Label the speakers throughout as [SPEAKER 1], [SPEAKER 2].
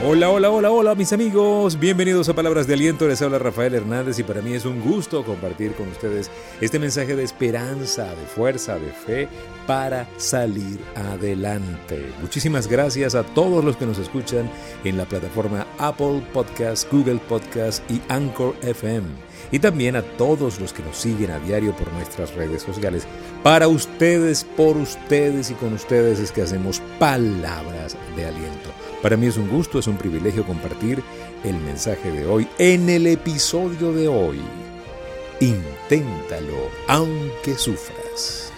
[SPEAKER 1] Hola, hola, hola, hola mis amigos, bienvenidos a Palabras de Aliento, les habla Rafael Hernández y para mí es un gusto compartir con ustedes este mensaje de esperanza, de fuerza, de fe para salir adelante. Muchísimas gracias a todos los que nos escuchan en la plataforma Apple Podcast, Google Podcast y Anchor FM y también a todos los que nos siguen a diario por nuestras redes sociales. Para ustedes, por ustedes y con ustedes es que hacemos Palabras de Aliento. Para mí es un gusto, es un privilegio compartir el mensaje de hoy. En el episodio de hoy, inténtalo aunque sufras.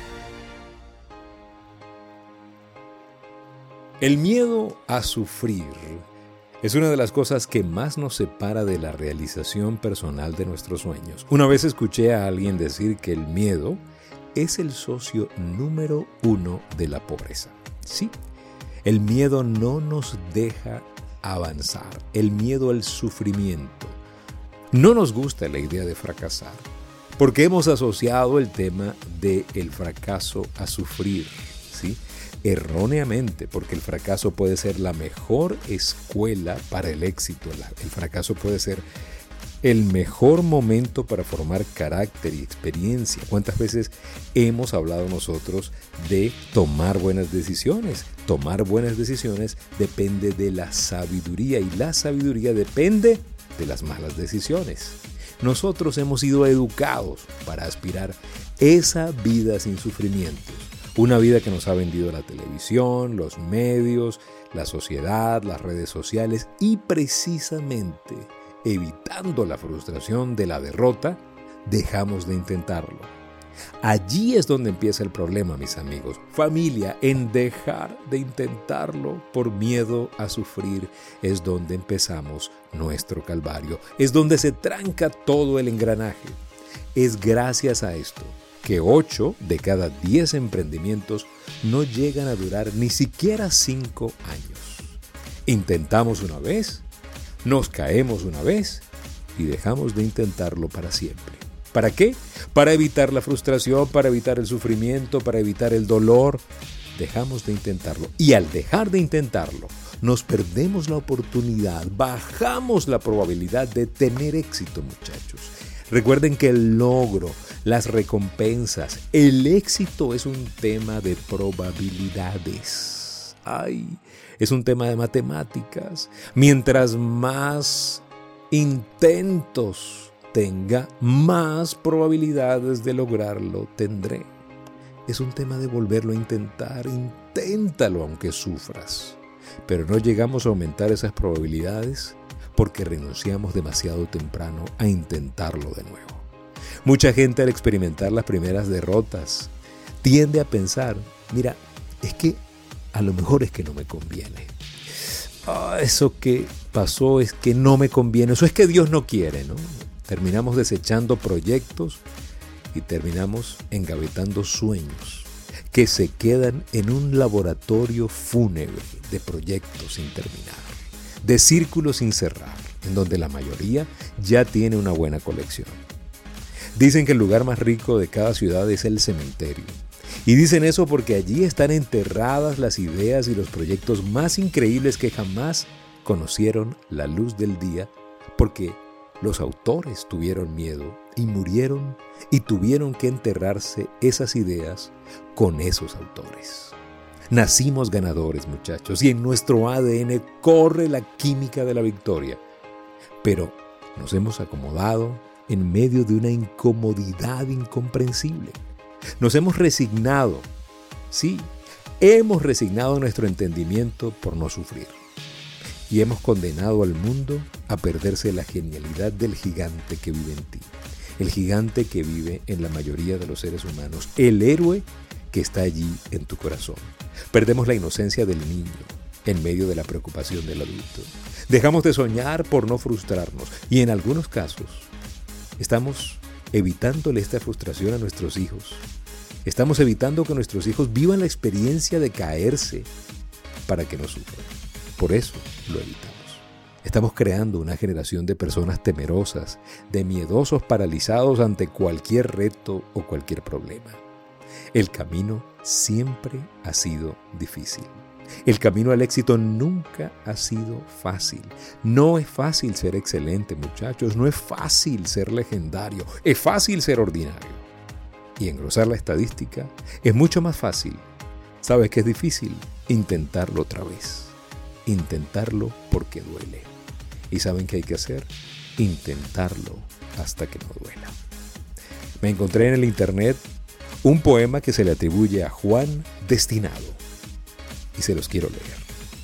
[SPEAKER 1] El miedo a sufrir es una de las cosas que más nos separa de la realización personal de nuestros sueños. Una vez escuché a alguien decir que el miedo es el socio número 1 de la pobreza. Sí. El miedo no nos deja avanzar, el miedo al sufrimiento. No nos gusta la idea de fracasar, porque hemos asociado el tema del fracaso a sufrir, ¿sí? Erróneamente, porque el fracaso puede ser la mejor escuela para el éxito. El fracaso puede ser el mejor momento para formar carácter y experiencia. ¿Cuántas veces hemos hablado nosotros de tomar buenas decisiones? Tomar buenas decisiones depende de la sabiduría y la sabiduría depende de las malas decisiones. Nosotros hemos sido educados para aspirar esa vida sin sufrimientos. Una vida que nos ha vendido la televisión, los medios, la sociedad, las redes sociales y precisamente evitando la frustración de la derrota, dejamos de intentarlo. Allí es donde empieza el problema, mis amigos. Familia, en dejar de intentarlo por miedo a sufrir es donde empezamos nuestro calvario. Es donde se tranca todo el engranaje. Es gracias a esto que 8 de cada 10 emprendimientos no llegan a durar ni siquiera 5 años. Intentamos una vez, nos caemos una vez y dejamos de intentarlo para siempre. ¿Para qué? Para evitar la frustración, para evitar el sufrimiento, para evitar el dolor. Dejamos de intentarlo. Y al dejar de intentarlo, nos perdemos la oportunidad, bajamos la probabilidad de tener éxito, muchachos. Recuerden que el logro, las recompensas, el éxito es un tema de probabilidades. Es un tema de matemáticas. Mientras más intentos tenga, más probabilidades de lograrlo tendré. Es un tema de volverlo a intentar. Inténtalo aunque sufras. Pero no llegamos a aumentar esas probabilidades porque renunciamos demasiado temprano a intentarlo de nuevo. Mucha gente al experimentar las primeras derrotas tiende a pensar, mira, es que a lo mejor es que no me conviene. Eso que pasó es que no me conviene. Eso es que Dios no quiere, ¿no? Terminamos desechando proyectos y terminamos engavetando sueños que se quedan en un laboratorio fúnebre de proyectos sin terminar, de círculos sin cerrar, en donde la mayoría ya tiene una buena colección. Dicen que el lugar más rico de cada ciudad es el cementerio. Y dicen eso porque allí están enterradas las ideas y los proyectos más increíbles que jamás conocieron la luz del día, porque los autores tuvieron miedo y murieron y tuvieron que enterrarse esas ideas con esos autores. Nacimos ganadores, muchachos, y en nuestro ADN corre la química de la victoria. Pero nos hemos acomodado en medio de una incomodidad incomprensible. Nos hemos resignado, sí, hemos resignado nuestro entendimiento por no sufrir. Y hemos condenado al mundo a perderse la genialidad del gigante que vive en ti. El gigante que vive en la mayoría de los seres humanos. El héroe que está allí en tu corazón. Perdemos la inocencia del niño en medio de la preocupación del adulto. Dejamos de soñar por no frustrarnos. Y en algunos casos estamos evitándole esta frustración a nuestros hijos. Estamos evitando que nuestros hijos vivan la experiencia de caerse para que no sufran. Por eso lo evitamos. Estamos creando una generación de personas temerosas, de miedosos paralizados ante cualquier reto o cualquier problema. El camino siempre ha sido difícil. El camino al éxito nunca ha sido fácil. No es fácil ser excelente, muchachos. No es fácil ser legendario. Es fácil ser ordinario. Y engrosar la estadística es mucho más fácil. ¿Sabes qué es difícil? Intentarlo otra vez. Intentarlo porque duele. ¿Y saben qué hay que hacer? Intentarlo hasta que no duela. Me encontré en el internet un poema que se le atribuye a Juan Destinado. Y se los quiero leer.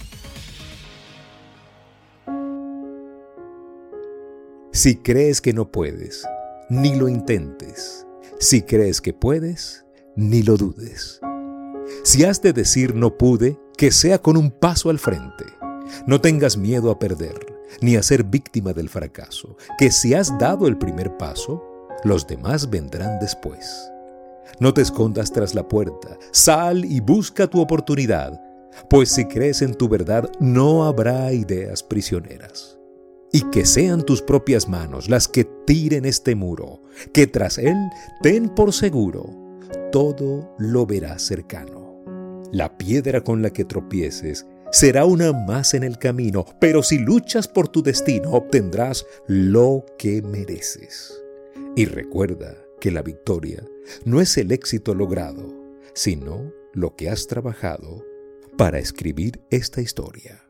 [SPEAKER 1] Si crees que no puedes, ni lo intentes. Si crees que puedes, ni lo dudes. Si has de decir no pude, que sea con un paso al frente. No tengas miedo a perder, ni a ser víctima del fracaso, que si has dado el primer paso, los demás vendrán después. No te escondas tras la puerta, sal y busca tu oportunidad, pues si crees en tu verdad no habrá ideas prisioneras. Y que sean tus propias manos las que tiren este muro, que tras él ten por seguro, todo lo verás cercano. La piedra con la que tropieces será una más en el camino, pero si luchas por tu destino obtendrás lo que mereces. Y recuerda que la victoria no es el éxito logrado, sino lo que has trabajado para escribir esta historia.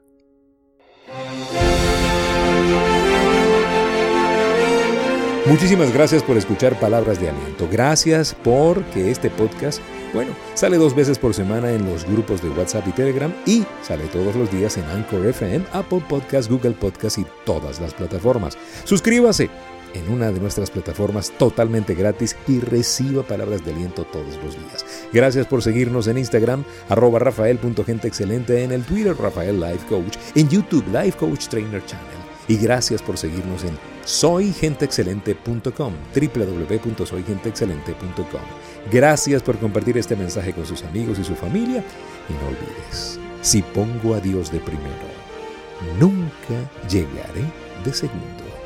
[SPEAKER 1] Muchísimas gracias por escuchar Palabras de Aliento. Gracias porque este podcast, sale 2 veces por semana en los grupos de WhatsApp y Telegram y sale todos los días en Anchor FM, Apple Podcasts, Google Podcasts y todas las plataformas. Suscríbase en una de nuestras plataformas totalmente gratis y reciba palabras de aliento todos los días. Gracias por seguirnos en Instagram, @rafael.genteexcelente, en el Twitter, Rafael Life Coach, en YouTube, Life Coach Trainer Channel. Y gracias por seguirnos en soygenteexcelente.com, www.soygenteexcelente.com. Gracias por compartir este mensaje con sus amigos y su familia. Y no olvides, si pongo a Dios de primero, nunca llegaré de segundo.